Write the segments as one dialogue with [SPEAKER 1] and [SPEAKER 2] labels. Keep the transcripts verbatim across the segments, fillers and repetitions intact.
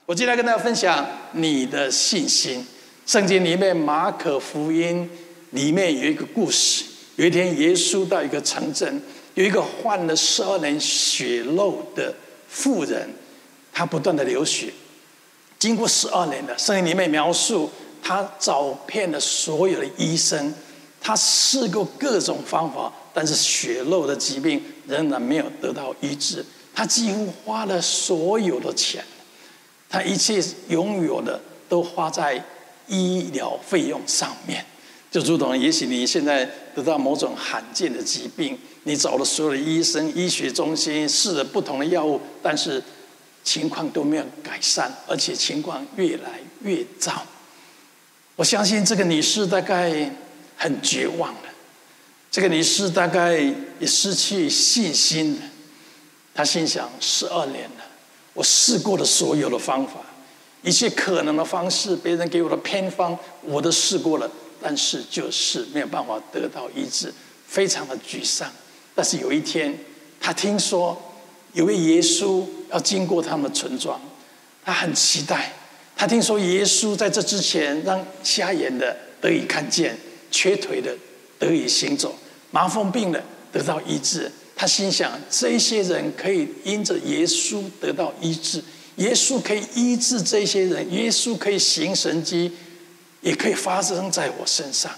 [SPEAKER 1] 我今天跟大家分享你的信心。圣经里面马可福音里面有一个故事，有一天耶稣到一个城镇，有一个患了十二年血漏的妇人，她不断的流血，经过十二年了，圣经里面描述她找遍了所有的医生，她试过各种方法，但是血漏的疾病仍然没有得到医治。她几乎花了所有的钱，她一切拥有的都花在医疗费用上面。就如同也许你现在得到某种罕见的疾病，你找了所有的医生、医学中心，试了不同的药物，但是情况都没有改善，而且情况越来越糟。我相信这个女士大概很绝望了，这个女士大概也失去信心了。她心想：十二年了，我试过了所有的方法，一切可能的方式，别人给我的偏方我都试过了，但是就是没有办法得到医治，非常的沮丧。但是有一天，他听说有位耶稣要经过他们的村庄，他很期待。他听说耶稣在这之前让瞎眼的得以看见，瘸腿的得以行走，麻风病的得到医治。他心想，这些人可以因着耶稣得到医治，耶稣可以医治这些人，耶稣可以行神迹，也可以发生在我身上。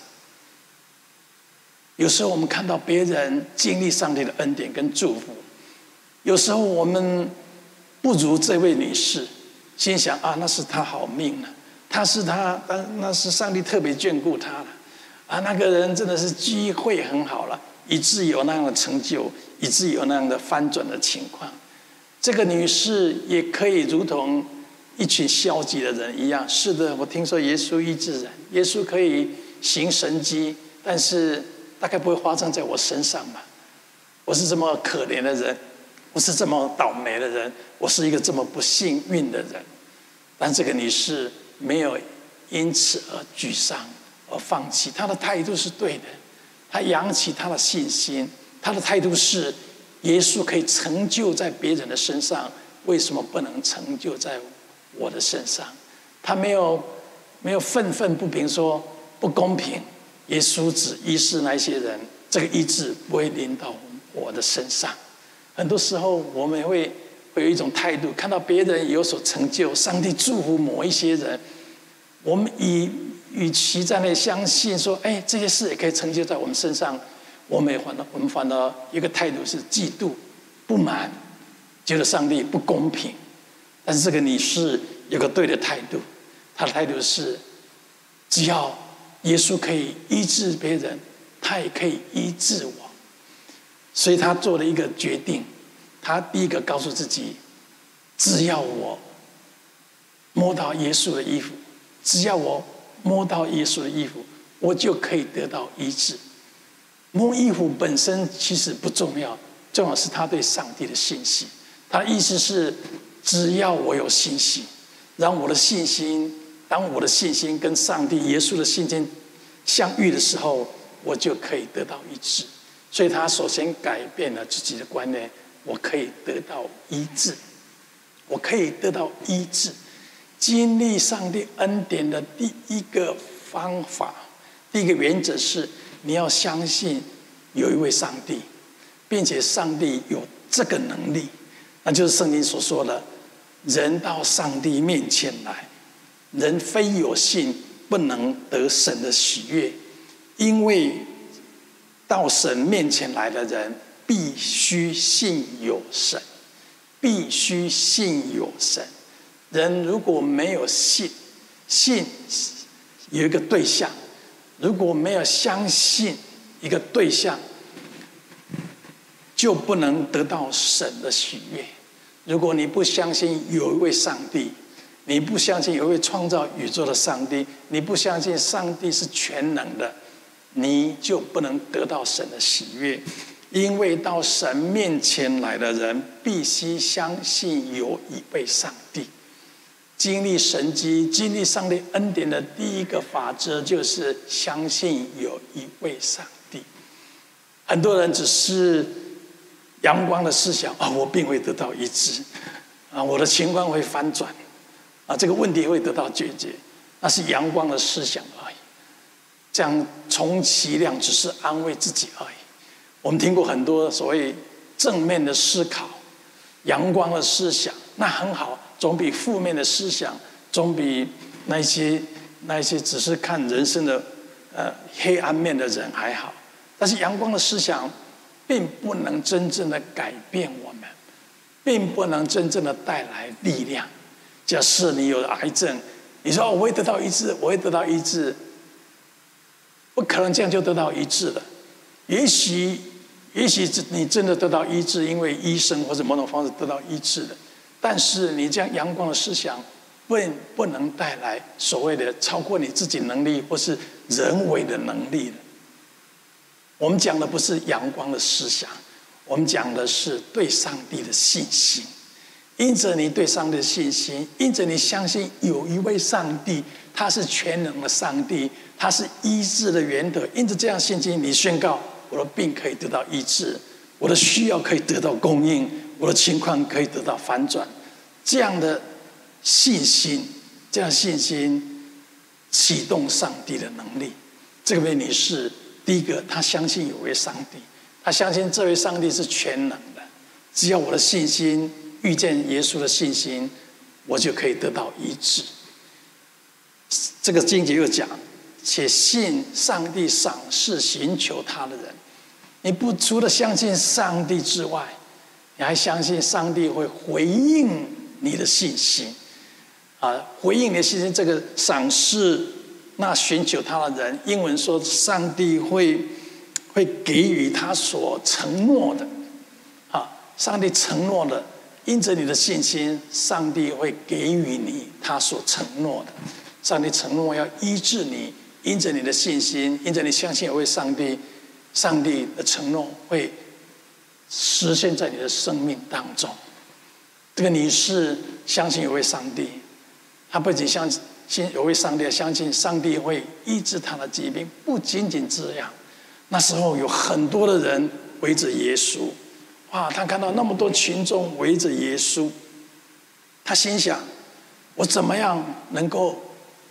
[SPEAKER 1] 有时候我们看到别人经历上帝的恩典跟祝福，有时候我们不如这位女士，心想啊，那是她好命了，她是她，那是上帝特别眷顾她了，啊，那个人真的是机会很好了，以致有那样的成就，以致有那样的翻转的情况。这个女士也可以如同一群消极的人一样，是的，我听说耶稣医治人，耶稣可以行神迹，但是大概不会发生在我身上吧？我是这么可怜的人，我是这么倒霉的人，我是一个这么不幸运的人。但这个女士没有因此而沮丧而放弃，她的态度是对的，她扬起她的信心，她的态度是耶稣可以成就在别人的身上，为什么不能成就在我的身上？她没有没有愤愤不平说不公平，耶稣只医治那些人，这个医治不会临到我的身上。很多时候我们会会有一种态度，看到别人有所成就，上帝祝福某一些人，我们以与其在那相信说，哎，这些事也可以成就在我们身上，我们也反而我们反而一个态度是嫉妒、不满，觉得上帝不公平。但是这个女士有个对的态度，她的态度是，只要耶稣可以医治别人，他也可以医治我。所以他做了一个决定，他第一个告诉自己，只要我摸到耶稣的衣服，只要我摸到耶稣的衣服，我就可以得到医治。摸衣服本身其实不重要，重要是他对上帝的信心。他的意思是，只要我有信心，让我的信心，当我的信心跟上帝耶稣的信心相遇的时候，我就可以得到医治。所以他首先改变了自己的观念，我可以得到医治，我可以得到医治。经历上帝恩典的第一个方法，第一个原则是，你要相信有一位上帝，并且上帝有这个能力，那就是圣经所说的，人到上帝面前来，人非有信不能得神的喜悦，因为到神面前来的人必须信有神，必须信有神。人如果没有信，信有一个对象，如果没有相信一个对象，就不能得到神的喜悦。如果你不相信有一位上帝，你不相信有一位创造宇宙的上帝，你不相信上帝是全能的，你就不能得到神的喜悦。因为到神面前来的人必须相信有一位上帝。经历神迹、经历上帝恩典的第一个法则就是相信有一位上帝。很多人只是阳光的思想，啊，我病会得到医治，啊，我的情况会翻转， 啊，这个问题会得到解决。那是阳光的思想而已。这样充其量只是安慰自己而已。我们听过很多所谓正面的思考、阳光的思想，那很好，总比负面的思想，总比那些那些只是看人生的呃黑暗面的人还好。但是阳光的思想并不能真正的改变我们，并不能真正的带来力量。假设你有癌症，你说、哦、我会得到医治，我会得到医治，不可能这样就得到医治的。也许，也许你真的得到医治，因为医生或者某种方式得到医治的。但是你这样阳光的思想，不不能带来所谓的超过你自己能力或是人为的能力的。我们讲的不是阳光的思想，我们讲的是对上帝的信心。因着你对上帝的信心，因着你相信有一位上帝，他是全能的上帝，他是医治的源头。因着这样信心，你宣告我的病可以得到医治，我的需要可以得到供应，我的情况可以得到反转。这样的信心，这样的信心启动上帝的能力。这位女士，第一个，她相信有位上帝，她相信这位上帝是全能的。只要我的信心遇见耶稣的信心，我就可以得到医治。这个经节又讲，且信上帝赏赐寻求他的人。你不除了相信上帝之外，你还相信上帝会回应你的信心啊！回应你的信心，这个赏赐那寻求他的人，英文说上帝会会给予他所承诺的啊！上帝承诺的。因着你的信心，上帝会给予你他所承诺的。上帝承诺要医治你，因着你的信心，因着你相信有位上帝，上帝的承诺会实现在你的生命当中。这个女士相信有位上帝，她不仅相信有位上帝，相信上帝会医治她的疾病。不仅仅这样，那时候有很多的人围着耶稣。哇！他看到那么多群众围着耶稣，他心想：我怎么样能够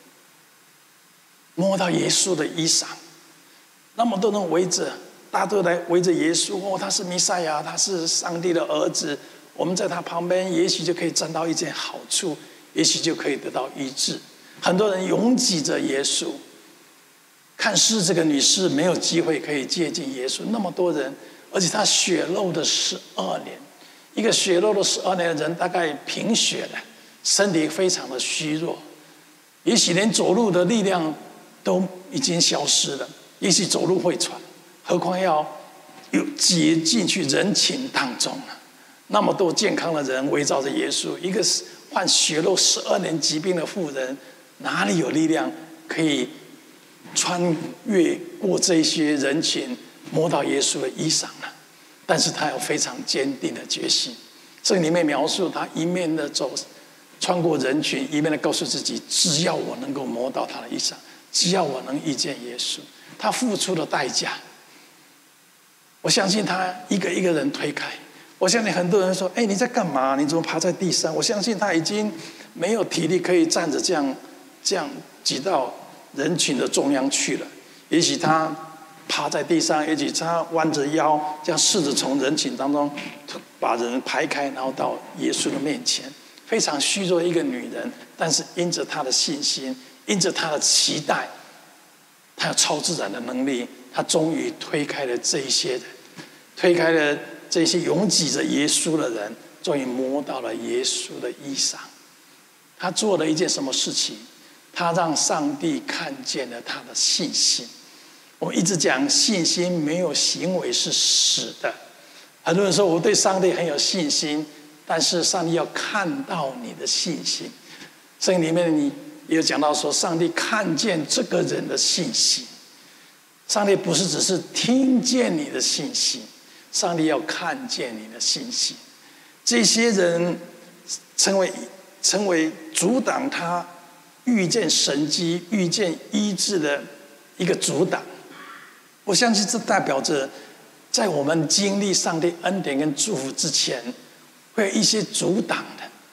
[SPEAKER 1] 摸到耶稣的衣裳？那么多人围着，大家都来围着耶稣。哦，他是弥赛亚，他是上帝的儿子。我们在他旁边，也许就可以占到一件好处，也许就可以得到医治。很多人拥挤着耶稣，看似这个女士没有机会可以接近耶稣，那么多人。而且他血漏的十二年，一个血漏了十二年的人，大概贫血了，身体非常的虚弱，也许连走路的力量都已经消失了，也许走路会喘，何况要又挤进去人群当中了。那么多健康的人围绕着耶稣，一个患血漏十二年疾病的妇人，哪里有力量可以穿越过这些人群？摸到耶稣的衣裳了，但是他有非常坚定的决心。这里面描述他一面的走，穿过人群，一面的告诉自己：只要我能够摸到他的衣裳，只要我能遇见耶稣，他付出的代价。我相信他一个一个人推开。我相信很多人说：“哎，你在干嘛？你怎么趴在地上？”我相信他已经没有体力可以站着这样这样挤到人群的中央去了。也许他趴在地上，也许他弯着腰，这样试着从人群当中把人排开，然后到耶稣的面前。非常虚弱一个女人，但是因着她的信心，因着她的期待，她有超自然的能力，她终于推开了这一些人，推开了这些拥挤着耶稣的人，终于摸到了耶稣的衣裳。她做了一件什么事情？她让上帝看见了她的信心。我们一直讲信心没有行为是死的。很多人说我对上帝很有信心，但是上帝要看到你的信心。圣经里面你也有讲到说，上帝看见这个人的信心。上帝不是只是听见你的信心，上帝要看见你的信心。这些人成为成为阻挡他遇见神迹、遇见医治的一个阻挡。我相信这代表着，在我们经历上帝恩典跟祝福之前，会有一些阻挡的，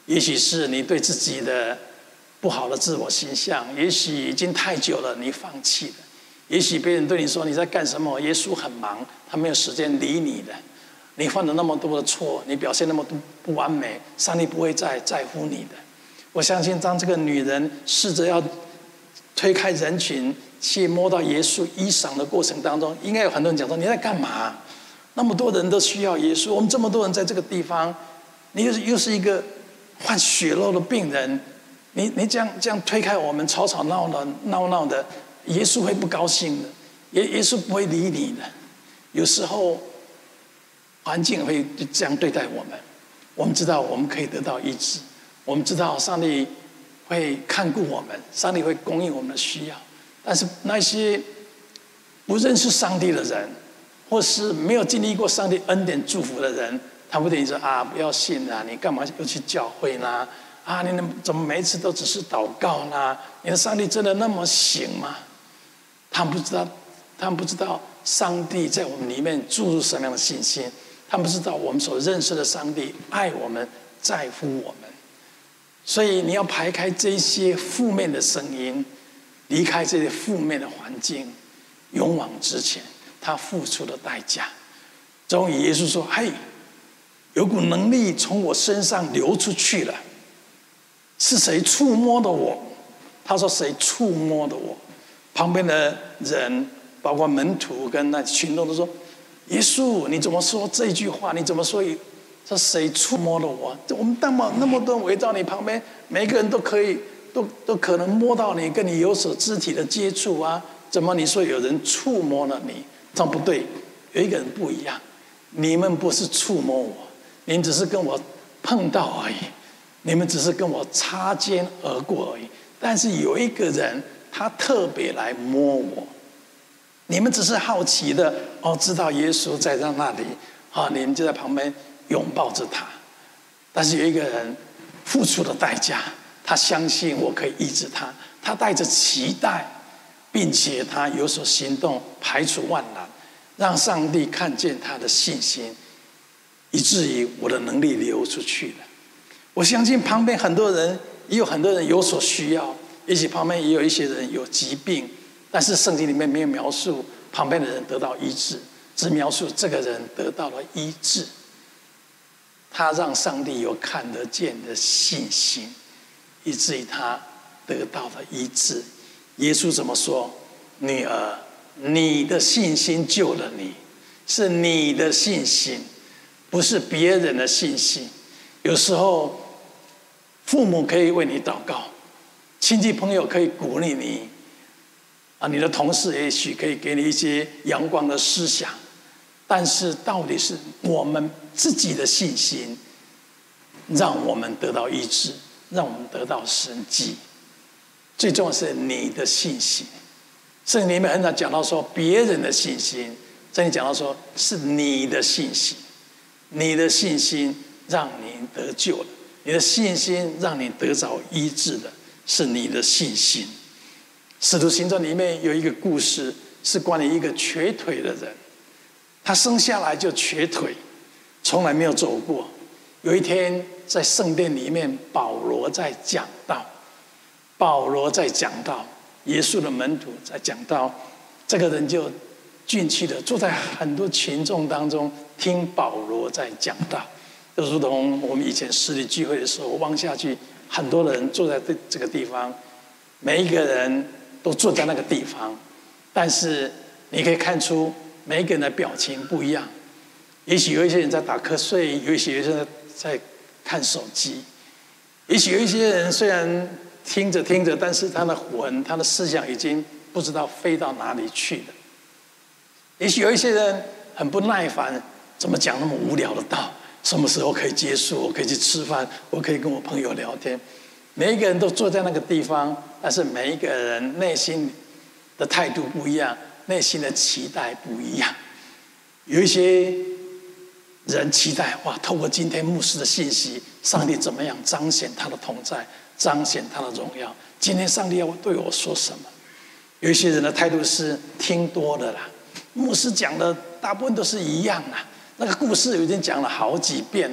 [SPEAKER 1] 也许是你对自己的不好的自我形象，也许已经太久了你放弃了，也许别人对你说你在干什么，耶稣很忙，他没有时间理你的。你犯了那么多的错，你表现那么多不完美，上帝不会再在乎你的。我相信当这个女人试着要推开人群去摸到耶稣衣裳的过程当中，应该有很多人讲说你在干嘛？那么多人都需要耶稣，我们这么多人在这个地方，你又是又是一个患血肉的病人，你你这样这样推开我们，吵吵闹闹闹闹的，耶稣会不高兴的，耶耶稣不会理你的。有时候环境会这样对待我们，我们知道我们可以得到医治，我们知道上帝会看顾我们，上帝会供应我们的需要。但是那些不认识上帝的人，或是没有经历过上帝恩典祝福的人，他会对你说啊，不要信啦，你干嘛又去教会啦？啊，你怎么每一次都只是祷告啦？你的上帝真的那么行吗？他们不知道，他们不知道上帝在我们里面注入什么样的信心。他们不知道我们所认识的上帝爱我们，在乎我们。所以你要排开这些负面的声音，离开这些负面的环境，勇往直前。他付出的代价，终于耶稣说：“嘿，有股能力从我身上流出去了，是谁触摸的我？”他说：“谁触摸的我？”旁边的人，包括门徒跟那群众都说：“耶稣，你怎么说这句话？你怎么说？说谁触摸了我？我们那么那么多人围绕你旁边，每个人都可以，都都可能摸到你，跟你有所肢体的接触啊？怎么你说有人触摸了你？这样不对，有一个人不一样。你们不是触摸我，你们只是跟我碰到而已，你们只是跟我擦肩而过而已。但是有一个人，他特别来摸我。你们只是好奇的哦，知道耶稣在他那里啊，你们就在旁边拥抱着他。但是有一个人付出了代价，他相信我可以医治他，他带着期待，并且他有所行动，排除万难，让上帝看见他的信心，以至于我的能力流出去了。我相信旁边很多人，也有很多人有所需要，也许旁边也有一些人有疾病，但是圣经里面没有描述旁边的人得到医治，只描述这个人得到了医治。他让上帝有看得见的信心，以至于他得到了医治。耶稣怎么说？女儿，你的信心救了你，是你的信心，不是别人的信心。有时候父母可以为你祷告，亲戚朋友可以鼓励你，啊，你的同事也许可以给你一些阳光的思想，但是到底是我们自己的信心，让我们得到医治，让我们得到神迹。最重要是你的信心。圣经里面很少讲到说别人的信心，这里讲到说是你的信心，你的信心让你得救了，你的信心让你得着医治的，是你的信心。使徒行传里面有一个故事，是关于一个瘸腿的人，他生下来就瘸腿，从来没有走过。有一天在圣殿里面，保罗在讲道，保罗在讲道，耶稣的门徒在讲道，这个人就进去的坐在很多群众当中听保罗在讲道，就如同我们以前实体聚会的时候，望下去很多人坐在这这个地方，每一个人都坐在那个地方，但是你可以看出每一个人的表情不一样。也许有一些人在打瞌睡，有一些人在看手机，也许有一些人虽然听着听着，但是他的魂、他的思想已经不知道飞到哪里去了。也许有一些人很不耐烦，怎么讲那么无聊的道？什么时候可以结束？我可以去吃饭，我可以跟我朋友聊天。每一个人都坐在那个地方，但是每一个人内心的态度不一样，内心的期待不一样。有一些人期待哇，透过今天牧师的信息，上帝怎么样彰显他的同在，彰显他的荣耀。今天上帝要对我说什么？有一些人的态度是听多了啦，牧师讲的大部分都是一样啦，那个故事已经讲了好几遍了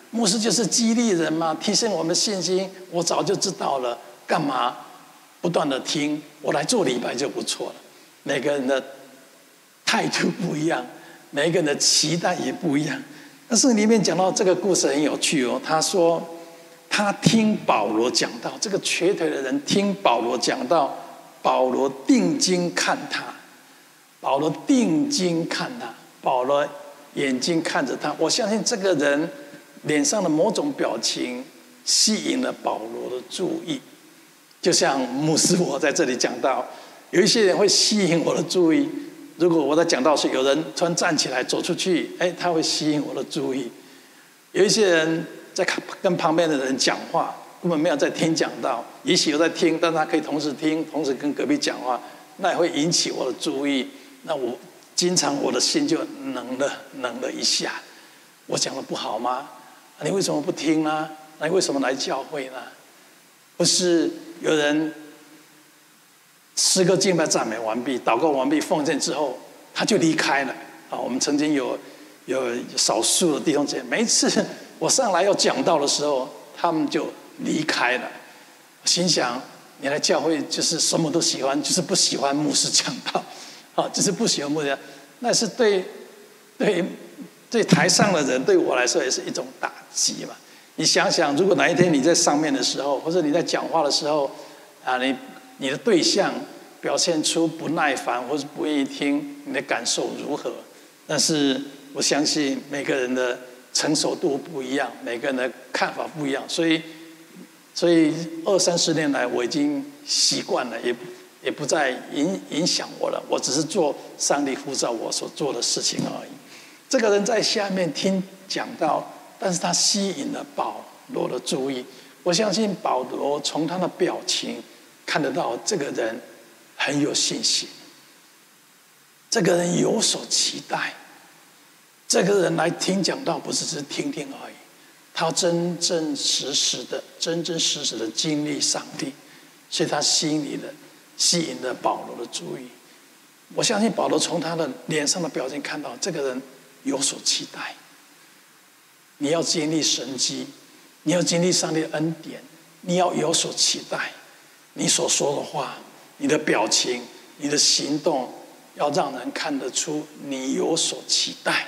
[SPEAKER 1] 牧师就是激励人嘛，提升我们信心。我早就知道了，干嘛不断的听？我来做礼拜就不错了。每个人的态度不一样，每个人的期待也不一样。但是里面讲到这个故事很有趣哦。他说他听保罗讲道，这个瘸腿的人听保罗讲道，保罗定睛看他，保罗定睛看他，保罗眼睛看着他。我相信这个人脸上的某种表情吸引了保罗的注意，就像牧师我在这里讲到，有一些人会吸引我的注意。如果我在讲道时有人突然站起来走出去，哎，他会吸引我的注意。有一些人在跟旁边的人讲话，根本没有在听讲道，也许有在听，但他可以同时听，同时跟隔壁讲话，那也会引起我的注意。那我经常我的心就冷了，冷了一下。我讲的不好吗？你为什么不听呢？那你为什么来教会呢？不是有人诗歌敬拜赞美完毕，祷告完毕，奉献之后，他就离开了啊！我们曾经有有少数的弟兄姐妹，每一次我上来要讲道的时候，他们就离开了。我心想，你来教会就是什么都喜欢，就是不喜欢牧师讲道，啊，就是不喜欢牧师。那是对对对台上的人，对我来说也是一种打击嘛。你想想，如果哪一天你在上面的时候，或者你在讲话的时候，啊，你你的对象表现出不耐烦或是不愿意听，你的感受如何？但是我相信每个人的成熟度不一样，每个人的看法不一样，所以所以二三十年来我已经习惯了，也也不再影影响我了。我只是做上帝呼召我所做的事情而已。这个人在下面听讲道，但是他吸引了保罗的注意。我相信保罗从他的表情看得到这个人很有信心，这个人有所期待，这个人来听讲道不是只是听听而已，他要真真实实的、真真实实的经历上帝，所以他吸引了、吸引了保罗的注意。我相信保罗从他的脸上的表情看到这个人有所期待。你要经历神迹，你要经历上帝的恩典，你要有所期待。你所说的话，你的表情，你的行动，要让人看得出你有所期待。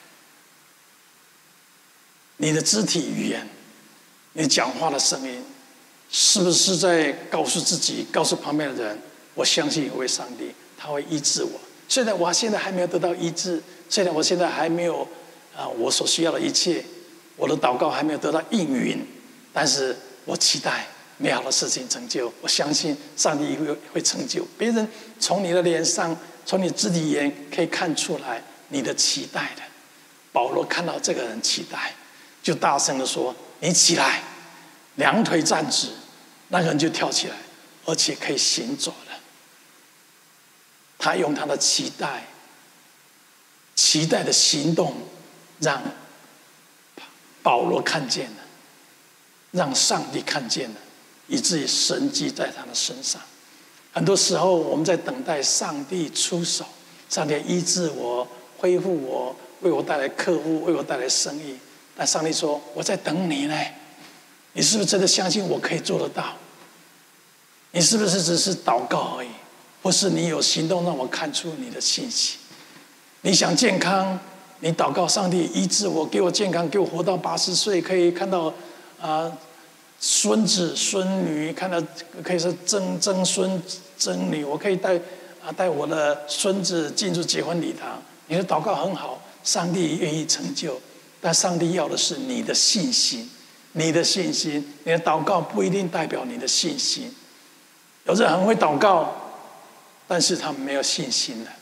[SPEAKER 1] 你的肢体语言，你讲话的声音，是不是在告诉自己，告诉旁边的人，我相信有位上帝，他会医治我。虽然我现在还没有得到医治，虽然我现在还没有啊、呃、我所需要的一切，我的祷告还没有得到应允，但是我期待美好的事情成就，我相信上帝会会成就。别人从你的脸上，从你肢体语言可以看出来你的期待的。保罗看到这个人期待，就大声的说：“你起来，两腿站直。”那个人就跳起来，而且可以行走了。他用他的期待、期待的行动，让保罗看见了，让上帝看见了。以至于神迹在他的身上。很多时候我们在等待上帝出手，上帝医治我、恢复我、为我带来客户、为我带来生意。但上帝说：“我在等你呢，你是不是真的相信我可以做得到？你是不是只是祷告而已？或是你有行动让我看出你的信息？你想健康，你祷告上帝医治我，给我健康，给我活到八十岁，可以看到啊。呃孙子孙女，看到可以说曾曾孙曾女，我可以带啊带我的孙子进入结婚礼堂。你的祷告很好，上帝愿意成就，但上帝要的是你的信心，你的信心，你的祷告不一定代表你的信心。有人很会祷告，但是他们没有信心了。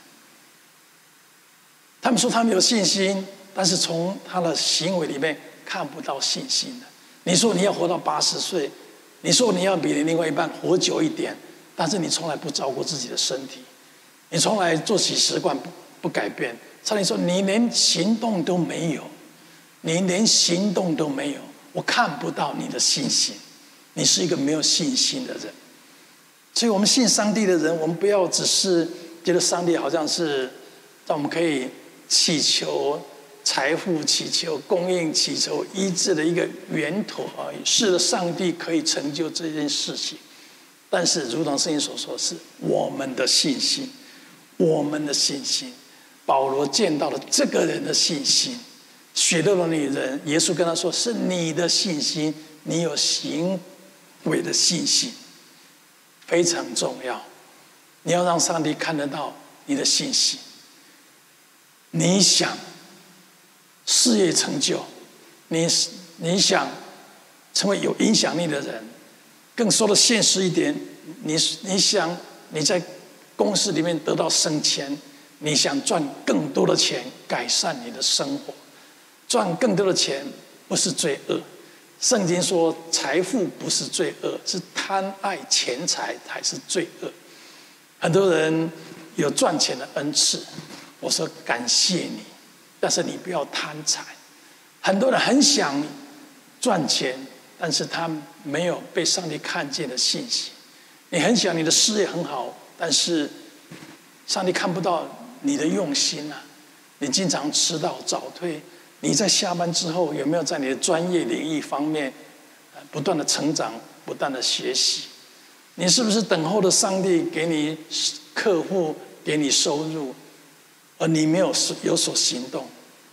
[SPEAKER 1] 他们说他们有信心，但是从他的行为里面看不到信心了。你说你要活到八十岁，你说你要比你另外一半活久一点，但是你从来不照顾自己的身体，你从来作息习惯不不改变。上帝说你连行动都没有，你连行动都没有，我看不到你的信心，你是一个没有信心的人。所以我们信上帝的人，我们不要只是觉得上帝好像是让我们可以祈求财富祈求、供应祈求、医治的一个源头而已。是的，上帝可以成就这件事情，但是如同圣经所说，是我们的信心，我们的信心。保罗见到了这个人的信心，血肉的女人，耶稣跟他说：“是你的信心，你有行为的信心，非常重要。你要让上帝看得到你的信心。你想事业成就，你你想成为有影响力的人，更说的现实一点，你你想你在公司里面得到升迁。”你想赚更多的钱，改善你的生活，赚更多的钱不是罪恶。圣经说，财富不是罪恶，是贪爱钱财才是罪恶。很多人有赚钱的恩赐，我说感谢你，但是你不要贪财。很多人很想赚钱，但是他没有被上帝看见的信息。你很想你的事业很好，但是上帝看不到你的用心啊！你经常迟到早退，你在下班之后有没有在你的专业领域方面不断的成长、不断的学习？你是不是等候的上帝给你客户、给你收入，而你没有有所行动？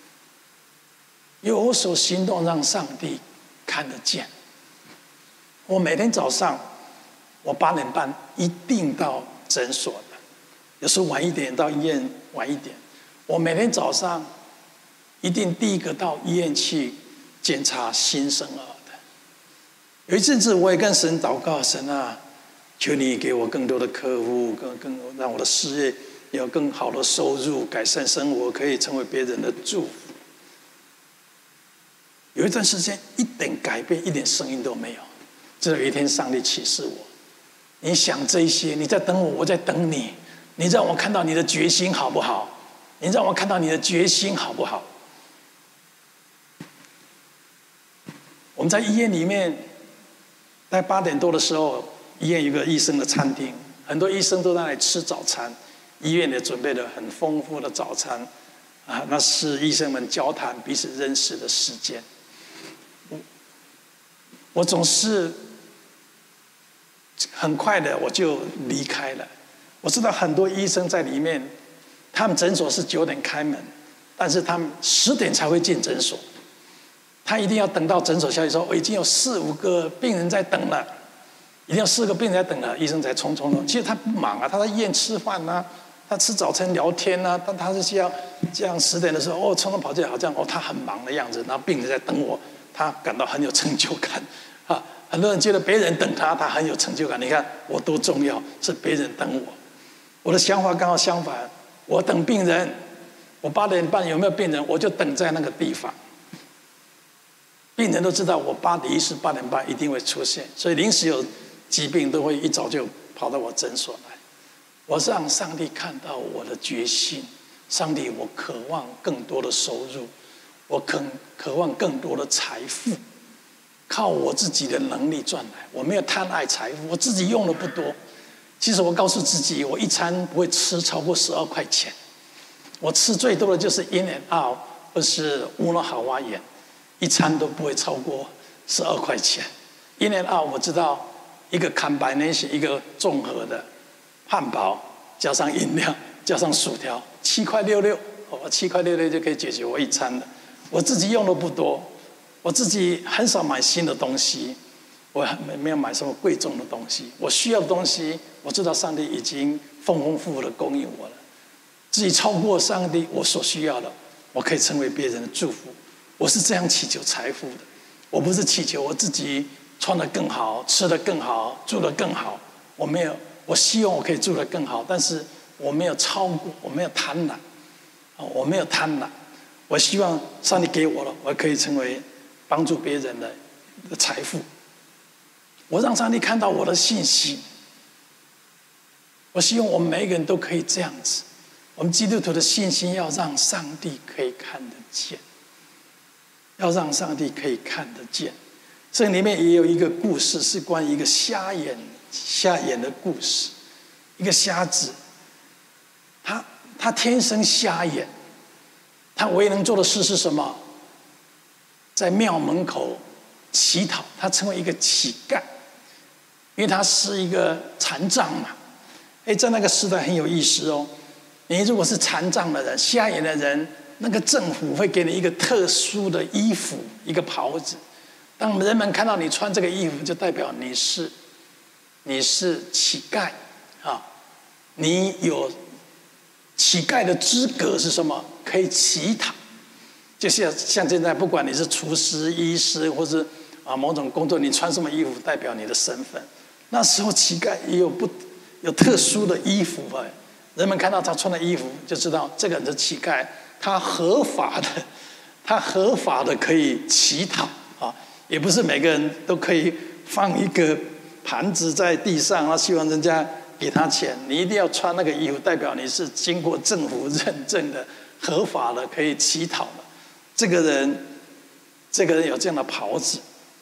[SPEAKER 1] 有所行动，让上帝看得见。我每天早上，我八点半一定到诊所的，有时候晚一点到医院。晚一点，我每天早上一定第一个到医院去检查新生儿的。有一阵子，我也跟神祷告：神啊，求你给我更多的客户，更更让我的事业有更好的收入，改善生活，可以成为别人的祝福。有一段时间，一点改变、一点声音都没有。直到有一天，上帝启示我：你想这些，你在等我，我在等你。你让我看到你的决心好不好？你让我看到你的决心好不好？我们在医院里面，在八点多的时候，医院有个医生的餐厅，很多医生都在那里吃早餐。医院也准备了很丰富的早餐，啊，那是医生们交谈、彼此认识的时间。我我总是很快的我就离开了。我知道很多医生在里面，他们诊所是九点开门，但是他们十点才会进诊所。他一定要等到诊所消息说，我已经有四五个病人在等了，一定要四个病人在等了，医生才匆匆的。其实他不忙啊，他在医院吃饭啊，他吃早餐聊天啊，但他是需要这样十点的时候，哦，匆匆跑进来，好像哦他很忙的样子，然后病人在等我，他感到很有成就感啊。很多人觉得别人等他，他很有成就感。你看我多重要，是别人等我。我的想法刚好相反，我等病人，我八点半有没有病人，我就等在那个地方。病人都知道我八点一十、八点半一定会出现，所以临时有疾病都会一早就跑到我诊所来。我让上帝看到我的决心，上帝，我渴望更多的收入，我渴渴望更多的财富，靠我自己的能力赚来。我没有贪爱财富，我自己用的不多。其实我告诉自己，我一餐不会吃超过十二块钱。我吃最多的就是 In and Out 或是乌诺好蛙园，一餐都不会超过十二块钱。In and Out 我知道一个 combination 一个综合的汉堡加上饮料加上薯条，七块六六，我七块六六就可以解决我一餐了。我自己用的不多，我自己很少买新的东西。我没有买什么贵重的东西，我需要的东西，我知道上帝已经丰丰富富的供应我了。自己超过上帝我所需要的，我可以成为别人的祝福。我是这样祈求财富的，我不是祈求我自己穿得更好、吃得更好、住得更好。我没有，我希望我可以住得更好，但是我没有超过，我没有贪婪，我没有贪婪。我希望上帝给我了，我可以成为帮助别人的财富。我让上帝看到我的信息。我希望我们每一个人都可以这样子。我们基督徒的信心要让上帝可以看得见，要让上帝可以看得见。这里面也有一个故事，是关于一个瞎眼瞎眼的故事。一个瞎子，他他天生瞎眼， 他唯一能做的事是什么？在庙门口乞讨，他成为一个乞丐，因为他是一个残障嘛。哎，在那个时代很有意思哦。你如果是残障的人、瞎眼的人，那个政府会给你一个特殊的衣服，一个袍子。当人们看到你穿这个衣服，就代表你是你是乞丐啊，你有乞丐的资格是什么？可以乞讨。就像像现在，不管你是厨师、医师，或是啊某种工作，你穿什么衣服代表你的身份。那时候乞丐也有不有特殊的衣服啊，人们看到他穿的衣服，就知道这个人是乞丐，他合法的，他合法的可以乞讨啊，也不是每个人都可以放一个盘子在地上，他希望人家给他钱。你一定要穿那个衣服，代表你是经过政府认证的、合法的，可以乞讨的。这个人，这个人有这样的袍子，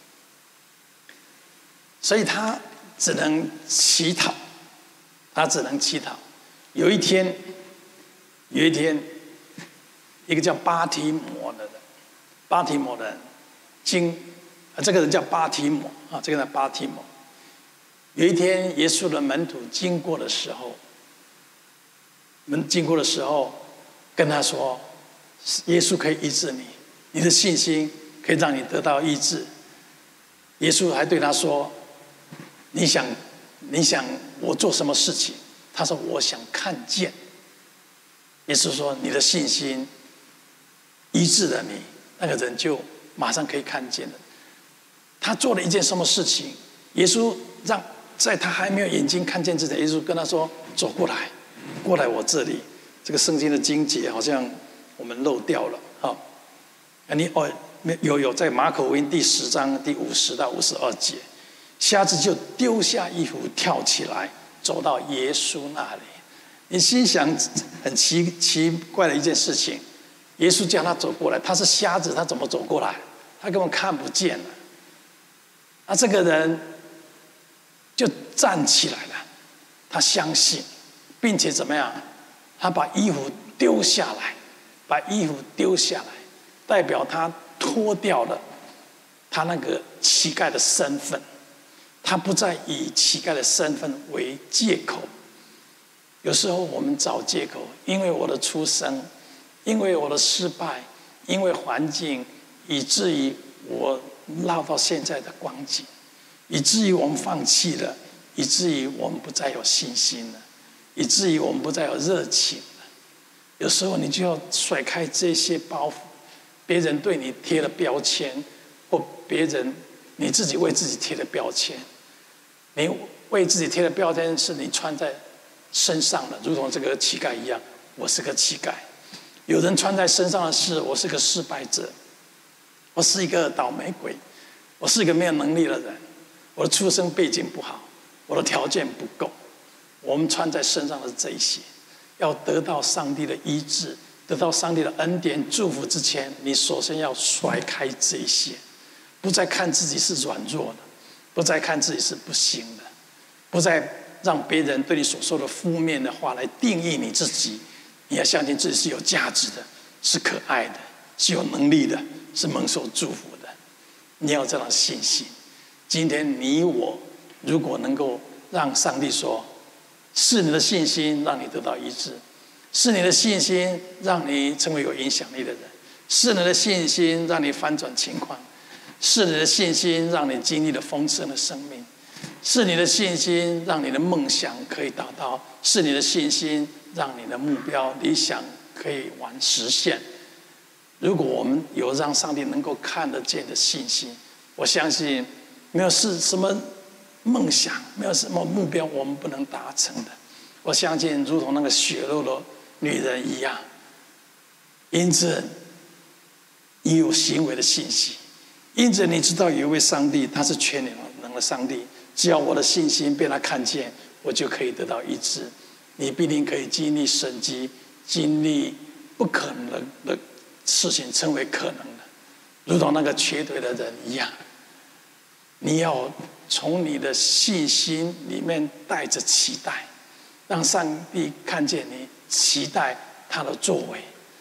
[SPEAKER 1] 所以他只能乞讨，他只能乞讨。有一天，有一天，一个叫巴提摩的人，巴提摩的人经，啊，这个人叫巴提摩啊，这个人巴提摩。有一天，耶稣的门徒经过的时候，门经过的时候，跟他说：“耶稣可以医治你，你的信心可以让你得到医治。”耶稣还对他说：“你想，你想我做什么事情？”他说：“我想看见。”耶稣说：“你的信心医治了你。”那个人就马上可以看见了。他做了一件什么事情？耶稣让在他还没有眼睛看见之前，耶稣跟他说：“走过来，过来我这里。”这个圣经的经节好像我们漏掉了啊！你哦，有有在马可福音第十章第五十到五十二节，瞎子就丢下衣服跳起来，走到耶稣那里。你心想很奇奇怪的一件事情，耶稣叫他走过来，他是瞎子，他怎么走过来？他根本看不见了。那这个人就站起来了，他相信，并且怎么样？他把衣服丢下来，把衣服丢下来，代表他脱掉了他那个乞丐的身份，他不再以乞丐的身份为借口。有时候我们找借口，因为我的出生，因为我的失败，因为环境，以至于我落到现在的光景，以至于我们放弃了，以至于我们不再有信心了，以至于我们不再有热情了。有时候你就要甩开这些包袱，别人对你贴了标签，或别人你自己为自己贴的标签。你为自己贴的标签是你穿在身上的，如同这个乞丐一样，我是个乞丐。有人穿在身上的是我是个失败者，我是一个倒霉鬼，我是一个没有能力的人，我的出生背景不好，我的条件不够。我们穿在身上的这一些，要得到上帝的医治，得到上帝的恩典祝福之前，你首先要甩开这一些，不再看自己是软弱的，不再看自己是不行的，不再让别人对你所说的负面的话来定义你自己。你要相信自己是有价值的，是可爱的，是有能力的，是蒙受祝福的。你要有这样的信心。今天你我如果能够让上帝说，是你的信心让你得到医治，是你的信心让你成为有影响力的人，是你的信心让你翻转情况，是你的信心让你经历了丰盛的生命，是你的信心让你的梦想可以达到，是你的信心让你的目标理想可以完实现。如果我们有让上帝能够看得见的信心，我相信没有是什么梦想，没有什么目标我们不能达成的。我相信如同那个血肉的女人一样，因此你有行为的信息，因此你知道有一位上帝，他是全能的上帝，只要我的信心被他看见，我就可以得到医治。你必定可以经历神迹，经历不可能的事情成为可能的，如同那个瘸腿的人一样。你要从你的信心里面带着期待，让上帝看见你期待他的作为，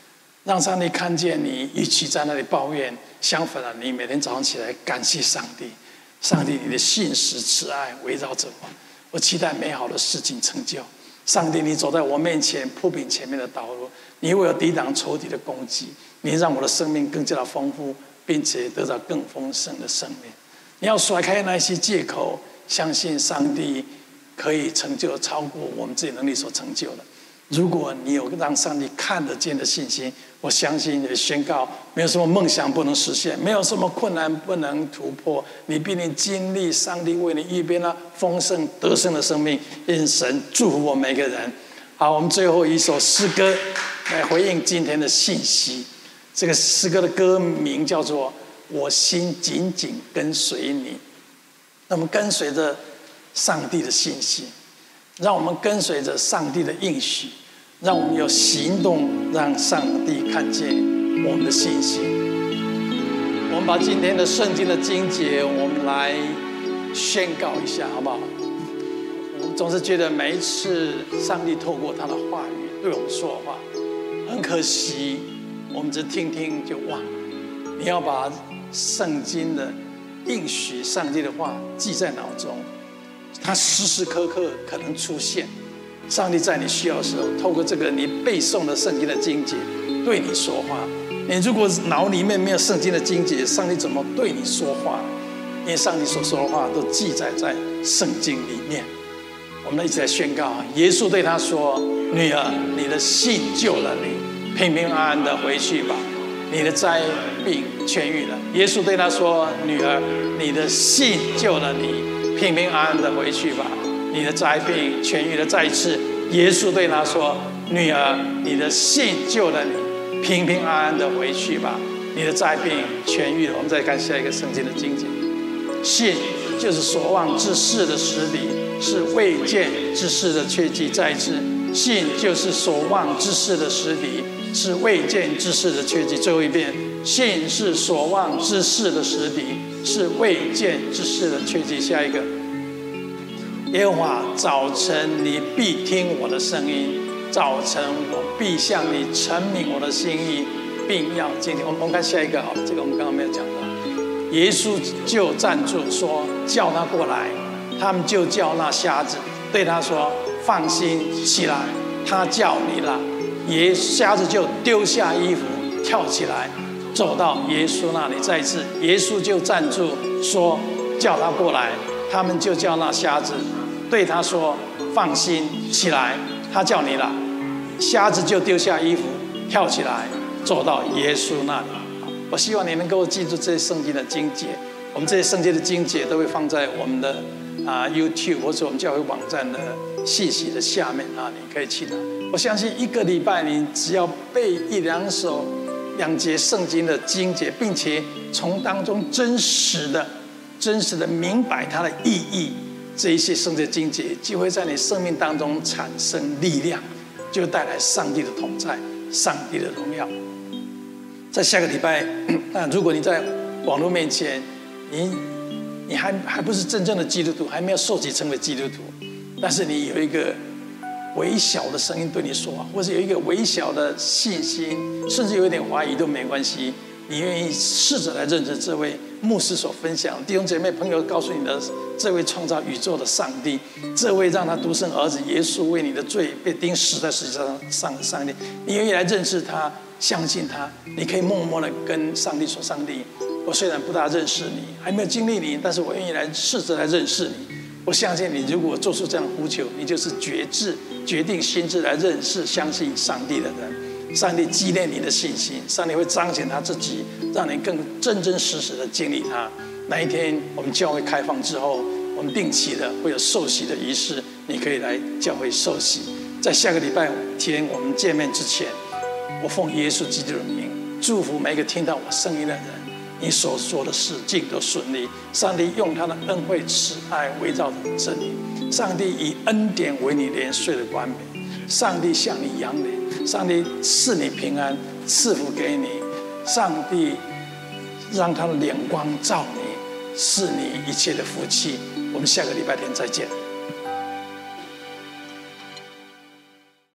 [SPEAKER 1] 让上帝看见你，与其在那里抱怨，相反的，你每天早上起来感谢上帝，上帝，你的信实慈爱围绕着我，我期待美好的事情成就。上帝，你走在我面前，铺平前面的道路，你为我抵挡仇敌的攻击，你让我的生命更加的丰富，并且得到更丰盛的生命。你要甩开那些借口，相信上帝可以成就超过我们自己能力所成就的。如果你有让上帝看得见的信心，我相信你的宣告，没有什么梦想不能实现，没有什么困难不能突破，你必定经历上帝为你预备了丰盛得胜的生命。愿神祝福我们每个人。好，我们最后一首诗歌来回应今天的信息。这个诗歌的歌名叫做《我心紧紧跟随你》。那么跟随着上帝的信息，让我们跟随着上帝的应许，让我们有行动，让上帝看见我们的信心。我们把今天的圣经的经节，我们来宣告一下，好不好？我们总是觉得每一次上帝透过他的话语对我们说话，很可惜，我们只听听就忘了。你要把圣经的应许、上帝的话记在脑中，它时时刻刻可能出现。上帝在你需要的时候，透过这个你背诵的圣经的经节对你说话。你如果脑里面没有圣经的经节，上帝怎么对你说话？因为上帝所说的话都记载在圣经里面。我们一起来宣告：耶稣对他说：“女儿，你的信救了你，平平安安的回去吧，你的灾病痊愈了。”耶稣对他说：“女儿，你的信救了你，平平安安的回去吧，你的灾病痊愈了。”再一次，耶稣对他说：“女儿，你的信救了你，平平安安的回去吧，你的灾病痊愈了。”我们再看下一个圣经的经节：信就是所望之事的实底，是未见之事的确据。再一次，信就是所望之事的实底，是未见之事的确据。最后一遍，信是所望之事的实底，是未见之事的确据。下一个，耶和华，早晨你必听我的声音，早晨我必向你陈明我的心意，并要经历。我们看下一个，好，这个我们刚刚没有讲到。耶稣就站住说：“叫他过来。”他们就叫那瞎子，对他说：“放心，起来，他叫你了。”耶瞎子就丢下衣服，跳起来，走到耶稣那里。再一次，耶稣就站住说：“叫他过来。”他们就叫那瞎子，对他说：“放心，起来，他叫你了。”瞎子就丢下衣服，跳起来，走到耶稣那里。我希望你能够记住这些圣经的经节。我们这些圣经的经节都会放在我们的啊 YouTube 或者我们教会网站的信息的下面啊，你可以去拿。我相信一个礼拜你只要背一两首、两节圣经的经节，并且从当中真实的、真实的明白它的意义，这一些圣经经节就会在你生命当中产生力量，就带来上帝的同在、上帝的荣耀。在下个礼拜，那如果你在网络面前，你你还还不是真正的基督徒，还没有受洗成为基督徒，但是你有一个微小的声音对你说话，或者有一个微小的信心，甚至有一点怀疑都没关系。你愿意试着来认识这位牧师所分享，弟兄姐妹朋友告诉你的这位创造宇宙的上帝，这位让他独生儿子耶稣为你的罪被钉死在十字架上的上帝，你愿意来认识他，相信他，你可以默默的跟上帝说：“上帝，我虽然不大认识你，还没有经历你，但是我愿意来试着来认识你。我相信你，如果做出这样的呼求，你就是决志、决定心智来认识、相信上帝的人。上帝激励你的信心，上帝会彰显他自己，让你更真真实实的经历他。那一天，我们教会开放之后，我们定期的会有受洗的仪式，你可以来教会受洗。在下个礼拜天我们见面之前，我奉耶稣基督的名，祝福每一个听到我声音的人，你所做的事尽都顺利。上帝用他的恩惠慈爱围绕着你，上帝以恩典为你连岁的冠冕，上帝向你扬脸，上帝赐你平安，赐福给你，上帝让他的脸光照你，赐你一切的福气。我们下个礼拜天再见。